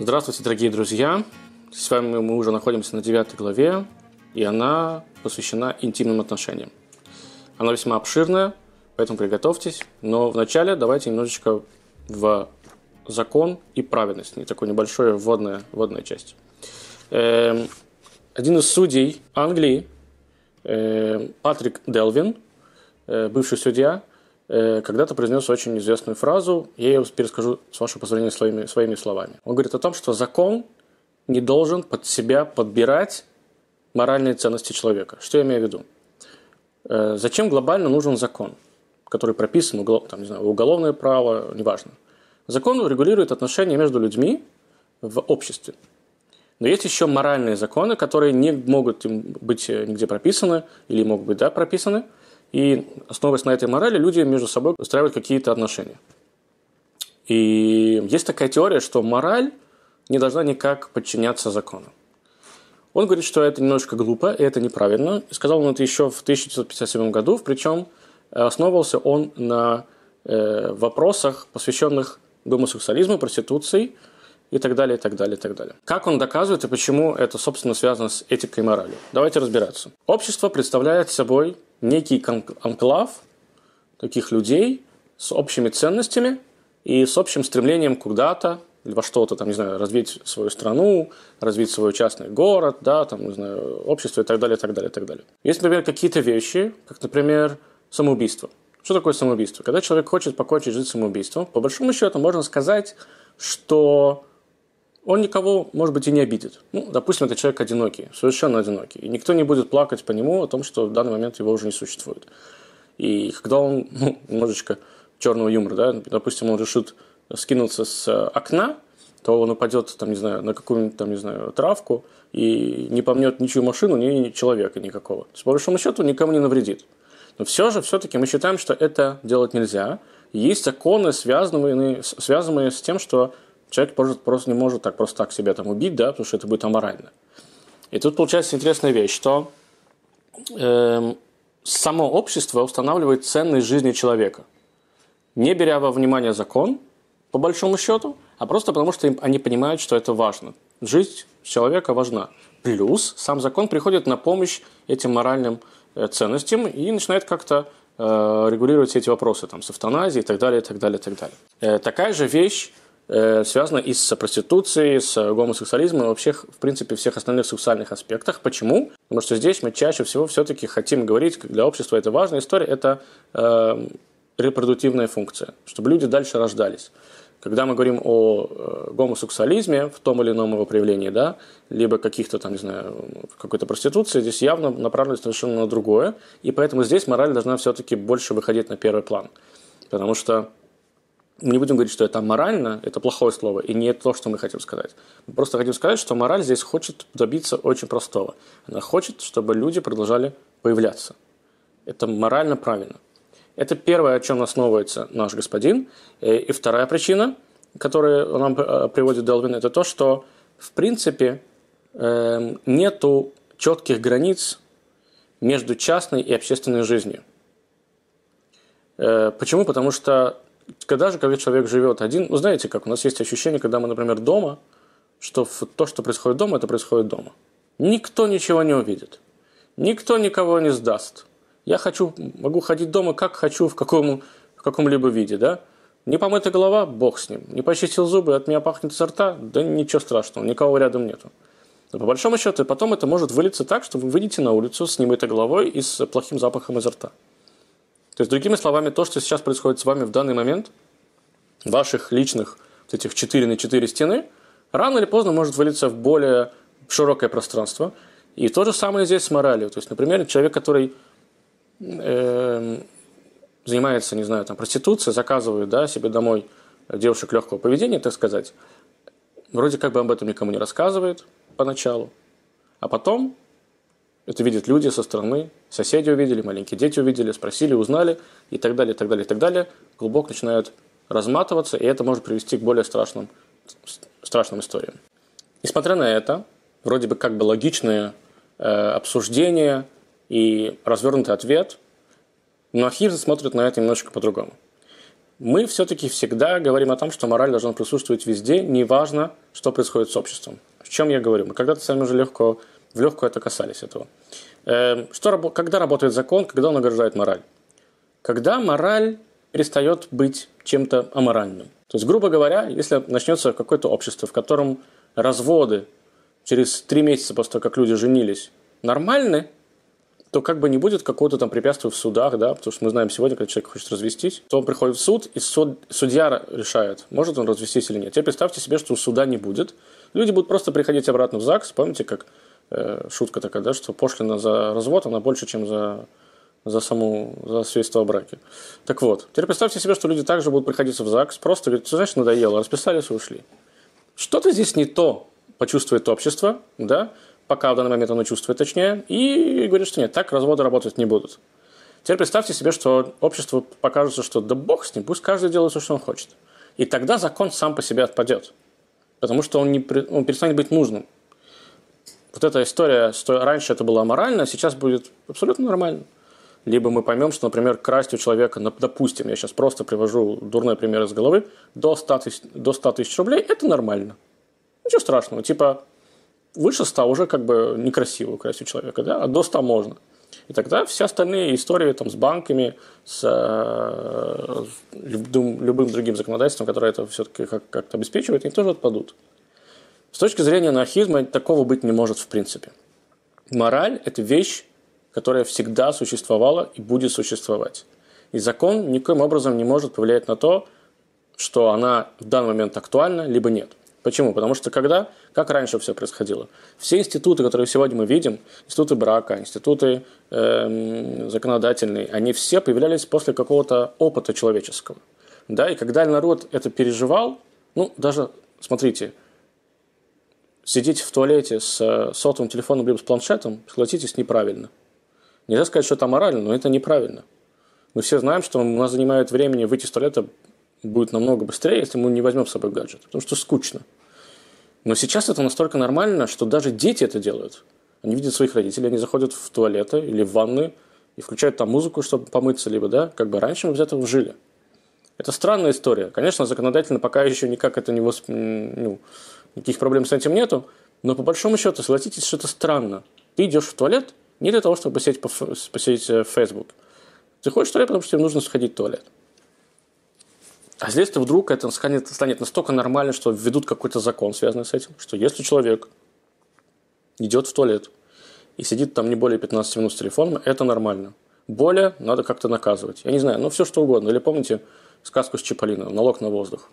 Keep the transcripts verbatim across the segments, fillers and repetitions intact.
Здравствуйте, дорогие друзья! С вами мы уже находимся на девятой главе, и она посвящена интимным отношениям. Она весьма обширная, поэтому приготовьтесь. Но вначале давайте немножечко в закон и праведность, не такой небольшой вводная, вводная часть. Эм, один из судей Англии, э, Патрик Делвин, э, бывший судья, э, когда-то произнес очень известную фразу, я ее перескажу, с вашего позволения, своими, своими словами. Он говорит о том, что закон не должен под себя подбирать моральные ценности человека. Что я имею в виду? Э, зачем глобально нужен закон, который прописан, угол, там, не знаю, уголовное право, неважно. Закон регулирует отношения между людьми в обществе. Но есть еще моральные законы, которые не могут быть нигде прописаны или могут быть, да, прописаны. И, основываясь на этой морали, люди между собой устраивают какие-то отношения. И есть такая теория, что мораль не должна никак подчиняться закону. Он говорит, что это немножко глупо, и это неправильно. И сказал он это еще в тысяча девятьсот пятьдесят седьмом году, причем основывался он на э, вопросах, посвященных гомосексуализму, проституции и так далее, и так далее, и так далее. Как он доказывает и почему это, собственно, связано с этикой и моралью? Давайте разбираться. Общество представляет собой некий анклав таких людей с общими ценностями и с общим стремлением куда-то, или во что-то, там, не знаю, развить свою страну, развить свой частный город, да, там, не знаю, общество и так далее, и так далее, и так далее. Есть, например, какие-то вещи, как, например, самоубийство. Что такое самоубийство? Когда человек хочет покончить жизнь самоубийством, по большому счету можно сказать, что он никого, может быть, и не обидит. Ну, допустим, это человек одинокий, совершенно одинокий. И никто не будет плакать по нему о том, что в данный момент его уже не существует. И когда он, ну, немножечко черного юмора, да, допустим, он решит скинуться с окна, то он упадет, там, не знаю, на какую-нибудь, там, не знаю, травку и не помнет ничью машину, ни человека никакого. То есть, по большому счету, никому не навредит. Но все же, все-таки мы считаем, что это делать нельзя. Есть законы, связанные, связанные с тем, что человек может, просто не может так просто так себя там убить, да, потому что это будет аморально. И тут получается интересная вещь, что э, само общество устанавливает ценность жизни человека, не беря во внимание закон, по большому счету, а просто потому, что они понимают, что это важно. Жизнь человека важна. Плюс сам закон приходит на помощь этим моральным ценностям и начинает как-то э, регулировать все эти вопросы там, с эвтаназией и так далее, и так далее, и так далее. Э, такая же вещь э, связана и с проституцией, с гомосексуализмом и вообще, в принципе, всех остальных сексуальных аспектах. Почему? Потому что здесь мы чаще всего все-таки хотим говорить, как для общества это важная история, это э, репродуктивная функция, чтобы люди дальше рождались. Когда мы говорим о э, гомосексуализме в том или ином его проявлении, да, либо каких-то там, не знаю, какой-то проституции, здесь явно направлено совершенно на другое, и поэтому здесь мораль должна все-таки больше выходить на первый план. Потому что мы не будем говорить, что это морально, это плохое слово, и не то, что мы хотим сказать. Мы просто хотим сказать, что мораль здесь хочет добиться очень простого. Она хочет, чтобы люди продолжали появляться. Это морально правильно. Это первое, о чем основывается наш господин. И вторая причина, которую нам приводит Делвин, это то, что, в принципе, нету четких границ между частной и общественной жизнью. Почему? Потому что, когда же, когда человек живет один, ну, знаете, как у нас есть ощущение, когда мы, например, дома, что то, что происходит дома, это происходит дома. Никто ничего не увидит. Никто никого не сдаст. Я хочу, могу ходить дома как хочу, в, каком, в каком-либо виде, да? Не помытая голова, бог с ним. Не почистил зубы, от меня пахнет изо рта, да ничего страшного, никого рядом нету. Но по большому счету, потом это может вылиться так, что вы выйдете на улицу с немытой головой и с плохим запахом изо рта. То есть, другими словами, то, что сейчас происходит с вами в данный момент, ваших личных вот этих четыре на четыре стены, рано или поздно может вылиться в более широкое пространство. И то же самое здесь с моралью. То есть, например, человек, который занимается, не знаю, там, проституцией, заказывает, да, себе домой девушек легкого поведения, так сказать, вроде как бы об этом никому не рассказывает поначалу, а потом это видят люди со стороны, соседи увидели, маленькие дети увидели, спросили, узнали и так далее, и так далее, и так далее, глубоко начинают разматываться, и это может привести к более страшным, страшным историям. Несмотря на это, вроде бы как бы логичное э, обсуждение и развернутый ответ, но Ахив смотрит на это немножко по-другому. мы все-таки всегда говорим о том, что мораль должна присутствовать везде, неважно, что происходит с обществом. О чем я говорю? Мы когда-то с вами уже легко, в легкую это касались этого. Э, что, когда работает закон, когда он награждает мораль? Когда мораль перестает быть чем-то аморальным. То есть, грубо говоря, если начнется какое-то общество, в котором разводы через три месяца после того, как люди женились, нормальны, то как бы не будет какого-то там препятствия в судах, да, потому что мы знаем сегодня, когда человек хочет развестись, то он приходит в суд, и суд, судья решает, может он развестись или нет. Теперь представьте себе, что суда не будет. Люди будут просто приходить обратно в ЗАГС. Помните, как э, шутка такая, да, что пошлина за развод, она больше, чем за... за саму, за свидетельство о браке. Так вот, теперь представьте себе, что люди также будут приходиться в ЗАГС, просто говорят, ты знаешь, надоело, расписались и ушли. Что-то здесь не то почувствует общество, да, пока в данный момент оно чувствует, точнее, и говорит, что нет, так разводы работать не будут. Теперь представьте себе, что общество покажется, что да бог с ним, пусть каждый делает все, что он хочет. И тогда закон сам по себе отпадет, потому что он, не, он перестанет быть нужным. Вот эта история, что раньше это было аморально, а сейчас будет абсолютно нормально. Либо мы поймем, что, например, красть у человека, допустим, я сейчас просто привожу дурной пример из головы, до ста тысяч рублей – это нормально. Ничего страшного. Типа, выше ста уже как бы некрасиво украсть у человека, да? А до ста можно. И тогда все остальные истории там, с банками, с э, любым, любым другим законодательством, которое это все-таки как- как-то обеспечивает, они тоже отпадут. С точки зрения анархизма такого быть не может в принципе. Мораль – это вещь, которая всегда существовала и будет существовать. И закон никоим образом не может повлиять на то, что она в данный момент актуальна, либо нет. Почему? Потому что когда, как раньше все происходило, все институты, которые сегодня мы видим, институты брака, институты э, законодательные, они все появлялись после какого-то опыта человеческого. Да? И когда народ это переживал, ну, даже, смотрите, сидеть в туалете с сотовым телефоном либо с планшетом, согласитесь, неправильно. Нельзя сказать, что это аморально, но это неправильно. Мы все знаем, что у нас занимает времени выйти из туалета будет намного быстрее, если мы не возьмем с собой гаджет, потому что скучно. Но сейчас это настолько нормально, что даже дети это делают. Они видят своих родителей, они заходят в туалеты или в ванную и включают там музыку, чтобы помыться, либо, да, как бы раньше мы без этого жили. Это странная история. Конечно, законодательно пока еще никак это не восп... ну, никаких проблем с этим нету, но по большому счету, согласитесь, что это странно. Ты идешь в туалет не для того, чтобы посидеть, по, посидеть в Facebook. Ты ходишь в туалет, потому что тебе нужно сходить в туалет. А если вдруг это станет, станет настолько нормально, что введут какой-то закон, связанный с этим, что если человек идет в туалет и сидит там не более пятнадцати минут с телефоном, это нормально. Более надо как-то наказывать. Я не знаю, ну все что угодно. Или помните сказку с Чиполлино «Налог на воздух».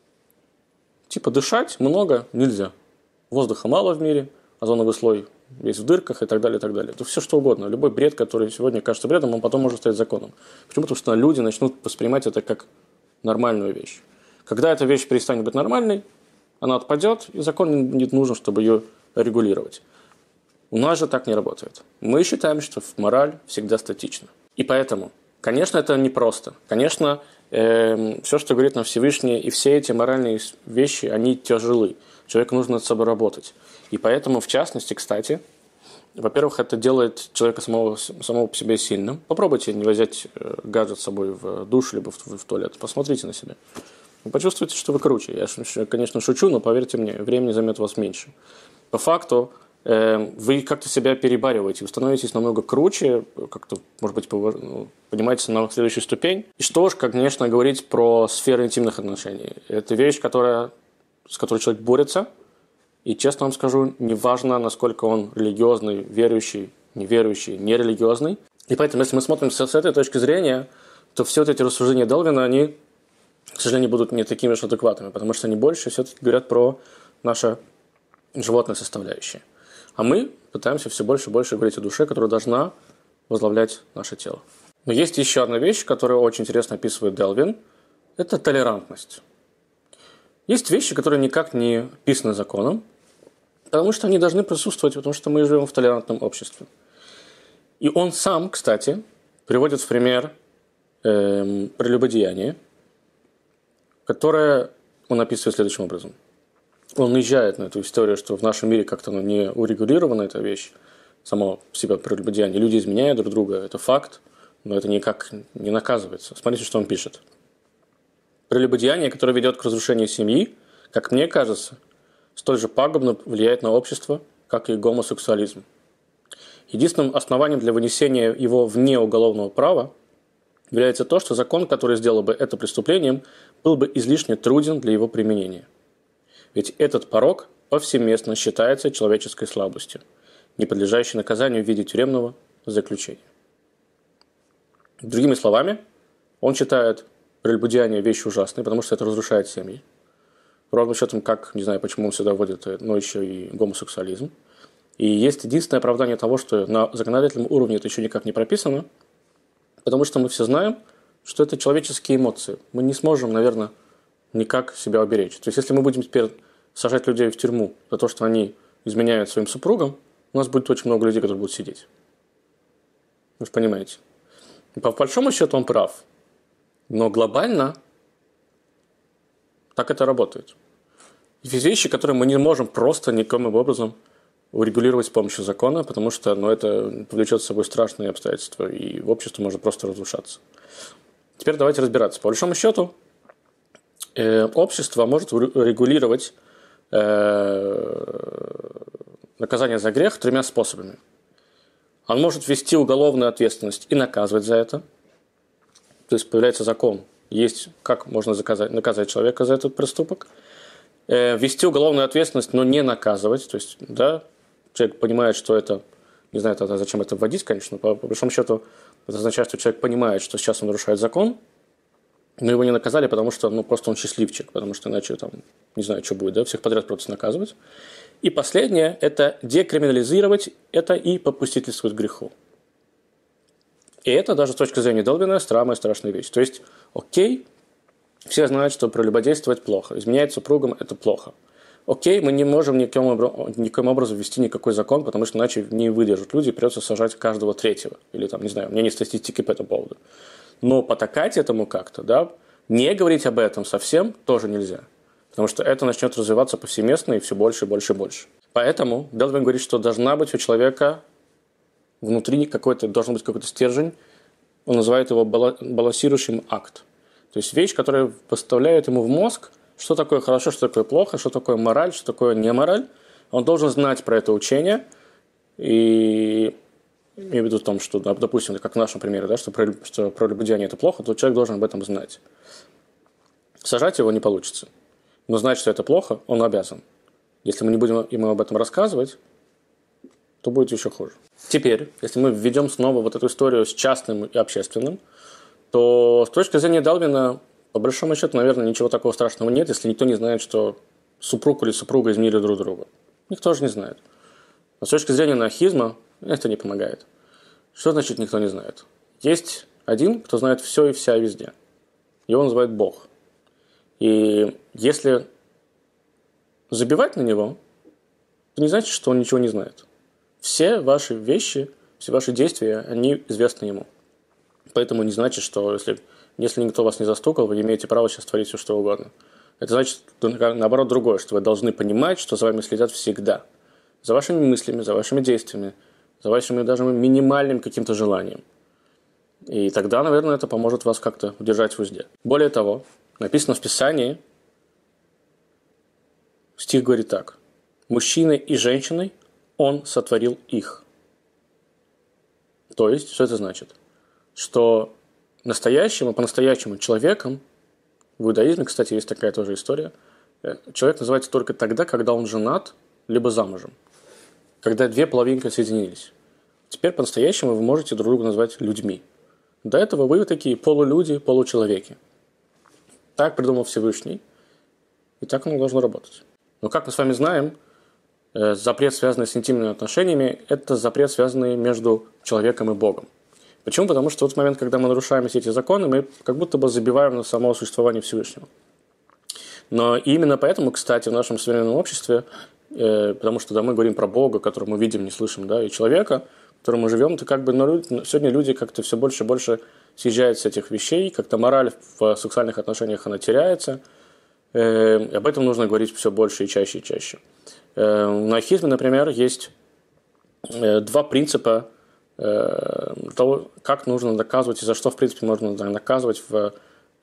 Типа дышать много нельзя. Воздуха мало в мире, озоновый слой весь в дырках и так далее, и так далее. Это все что угодно. Любой бред, который сегодня кажется бредом, он потом может стать законом. Почему? Потому что люди начнут воспринимать это как нормальную вещь. Когда эта вещь перестанет быть нормальной, она отпадет, и закон не будет нужен, чтобы ее регулировать. У нас же так не работает. Мы считаем, что мораль всегда статична. И поэтому, конечно, это непросто. Конечно, э, все, что говорит нам Всевышний, и все эти моральные вещи, они тяжелы. Человеку нужно над собой работать. И поэтому, в частности, кстати, во-первых, это делает человека самого, самого по себе сильным. Попробуйте не взять гаджет с собой в душ, либо в, в туалет. Посмотрите на себя. Вы почувствуете, что вы круче. Я, конечно, шучу, но поверьте мне, времени займет вас меньше. По факту, э, вы как-то себя перебариваете, вы становитесь намного круче, как-то, может быть, поднимаетесь на следующую ступень. И что уж, конечно, говорить про сферу интимных отношений. Это вещь, которая, с которой человек борется. И честно вам скажу, неважно, насколько он религиозный, верующий, неверующий, нерелигиозный. И поэтому, если мы смотрим с этой точки зрения, то все вот эти рассуждения Делвина, они, к сожалению, будут не такими же адекватными, потому что они больше все-таки говорят про нашу животную составляющую. А мы пытаемся все больше и больше говорить о душе, которая должна возглавлять наше тело. Но есть еще одна вещь, которую очень интересно описывает Делвин. Это толерантность. Есть вещи, которые никак не описаны законом, потому что они должны присутствовать, потому что мы живем в толерантном обществе. И он сам, кстати, приводит в пример э, прелюбодеяние, которое он описывает следующим образом. Он наезжает на эту историю, что в нашем мире как-то ну, не урегулирована эта вещь, само по себе прелюбодеяние. Люди изменяют друг друга, это факт, но это никак не наказывается. Смотрите, что он пишет. Прелюбодеяние, которое ведет к разрушению семьи, как мне кажется, столь же пагубно влияет на общество, как и гомосексуализм. Единственным основанием для вынесения его вне уголовного права является то, что закон, который сделал бы это преступлением, был бы излишне труден для его применения. Ведь этот порок повсеместно считается человеческой слабостью, не подлежащей наказанию в виде тюремного заключения. Другими словами, он считает прелюбодеяние вещью ужасной, потому что это разрушает семьи. Ровно счетом, как, не знаю, почему он сюда вводит, но еще и гомосексуализм. И есть единственное оправдание того, что на законодательном уровне это еще никак не прописано, потому что мы все знаем, что это человеческие эмоции. Мы не сможем, наверное, никак себя уберечь. То есть, если мы будем теперь сажать людей в тюрьму за то, что они изменяют своим супругам, у нас будет очень много людей, которые будут сидеть. Вы же понимаете. И по большому счету он прав. Но глобально так это работает. Есть вещи, которые мы не можем просто никаким образом урегулировать с помощью закона, потому что ну, это повлечет с собой страшные обстоятельства, и общество может просто разрушаться. Теперь давайте разбираться. По большому счету, э, общество может регулировать э, наказание за грех тремя способами. Он может ввести уголовную ответственность и наказывать за это. То есть появляется закон, есть как можно заказать, наказать человека за этот проступок. Э, ввести уголовную ответственность, но не наказывать. То есть, да, человек понимает, что это, не знаю, тогда зачем это вводить, конечно, но по, по большому счету это означает, что человек понимает, что сейчас он нарушает закон, но его не наказали, потому что ну, просто он счастливчик, потому что иначе там, не знаю, что будет, да, всех подряд просто наказывать. И последнее – это декриминализировать это и попустительствовать к греху. И это даже с точки зрения Делвина самая страшная вещь. То есть, окей, все знают, что прелюбодействовать плохо, изменять супругам – это плохо. Окей, мы не можем никаким, никаким образом ввести никакой закон, потому что иначе не выдержат люди, придется сажать каждого третьего. Или там, не знаю, у меня нет статистики по этому поводу. Но потакать этому как-то, да, не говорить об этом совсем тоже нельзя. Потому что это начнет развиваться повсеместно и все больше и больше и больше. Поэтому Делвин говорит, что должна быть у человека внутри какой-то, должен быть какой-то стержень, он называет его балансирующим акт. То есть вещь, которая поставляет ему в мозг, что такое хорошо, что такое плохо, что такое мораль, что такое не мораль. Он должен знать про это учение. И имею в виду в том, что, допустим, как в нашем примере, да, что, про, что прелюбодеяние – это плохо, то человек должен об этом знать. Сажать его не получится. Но знать, что это плохо, он обязан. Если мы не будем ему об этом рассказывать, то будет еще хуже. Теперь, если мы введем снова вот эту историю с частным и общественным, то с точки зрения Делвина, по большому счету, наверное, ничего такого страшного нет, если никто не знает, что супруг или супруга изменили друг друга. Никто же не знает. Но с точки зрения анархизма это не помогает. Что значит никто не знает? Есть один, кто знает все и вся везде. Его называют Бог. И если забивать на него, то не значит, что он ничего не знает. Все ваши вещи, все ваши действия, они известны ему. Поэтому не значит, что если, если никто вас не застукал, вы имеете право сейчас творить все, что угодно. Это значит, наоборот, другое, что вы должны понимать, что за вами следят всегда. За вашими мыслями, за вашими действиями, за вашим даже минимальным каким-то желанием. И тогда, наверное, это поможет вас как-то удержать в узде. Более того, написано в Писании, стих говорит так: «Мужчиной и женщиной Он сотворил их». То есть, что это значит? Что настоящим и по-настоящему человеком, в иудаизме, кстати, есть такая тоже история, человек называется только тогда, когда он женат, либо замужем. Когда две половинки соединились. Теперь по-настоящему вы можете друг друга назвать людьми. До этого вы такие полулюди, получеловеки. Так придумал Всевышний, и так оно должно работать. Но, как мы с вами знаем, запрет, связанный с интимными отношениями, это запрет, связанный между человеком и Богом. Почему? Потому что в тот момент, когда мы нарушаем все эти законы, мы как будто бы забиваем на само существование Всевышнего. Но именно поэтому, кстати, в нашем современном обществе, э, потому что да, мы говорим про Бога, которого мы видим, не слышим, да, и человека, в котором мы живем, то как бы ну, сегодня люди как-то все больше и больше съезжают с этих вещей, как-то мораль в сексуальных отношениях, она теряется. Э, и об этом нужно говорить все больше и чаще и чаще. Э, в анархизме, например, есть э, два принципа того, как нужно доказывать и за что, в принципе, можно наказывать в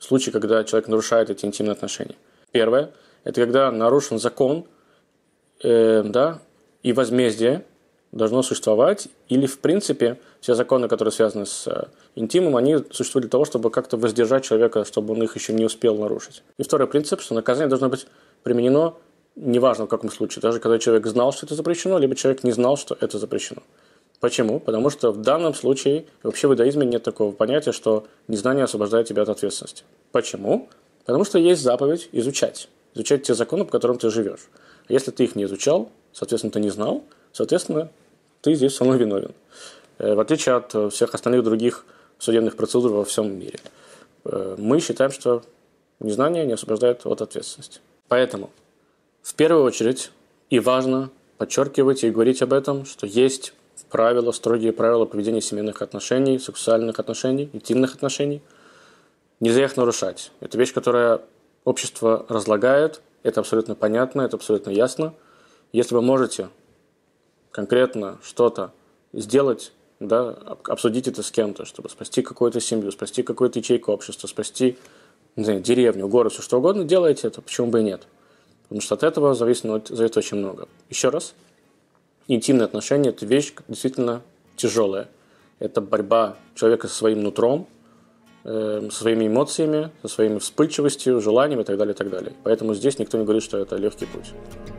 случаи, когда человек нарушает эти интимные отношения. Первое – это когда нарушен закон, э, да, и возмездие должно существовать, или, в принципе, все законы, которые связаны с э, интимом, они существуют для того, чтобы как-то воздержать человека, чтобы он их еще не успел нарушить. И второй принцип, что наказание должно быть применено, неважно в каком случае, даже когда человек знал, что это запрещено, либо человек не знал, что это запрещено. Почему? Потому что в данном случае, вообще в иудаизме нет такого понятия, что незнание освобождает тебя от ответственности. Почему? Потому что есть заповедь изучать. Изучать те законы, по которым ты живешь. А если ты их не изучал, соответственно, ты не знал, соответственно, ты здесь со мной виновен. В отличие от всех остальных других судебных процедур во всем мире. Мы считаем, что незнание не освобождает от ответственности. Поэтому, в первую очередь, и важно подчеркивать и говорить об этом, что есть правила, строгие правила поведения семейных отношений, сексуальных отношений, интимных отношений. Нельзя их нарушать. Это вещь, которая общество разлагает. Это абсолютно понятно, это абсолютно ясно. Если вы можете конкретно что-то сделать, да, обсудить это с кем-то, чтобы спасти какую-то семью, спасти какую-то ячейку общества, спасти, не знаю, деревню, город, все что угодно, делайте это, почему бы и нет. Потому что от этого зависит, зависит очень много. Еще раз, интимные отношения – это вещь действительно тяжелая. Это борьба человека со своим нутром, э, со своими эмоциями, со своими вспыльчивостью, желаниями и так далее, и так далее. Поэтому здесь никто не говорит, что это легкий путь.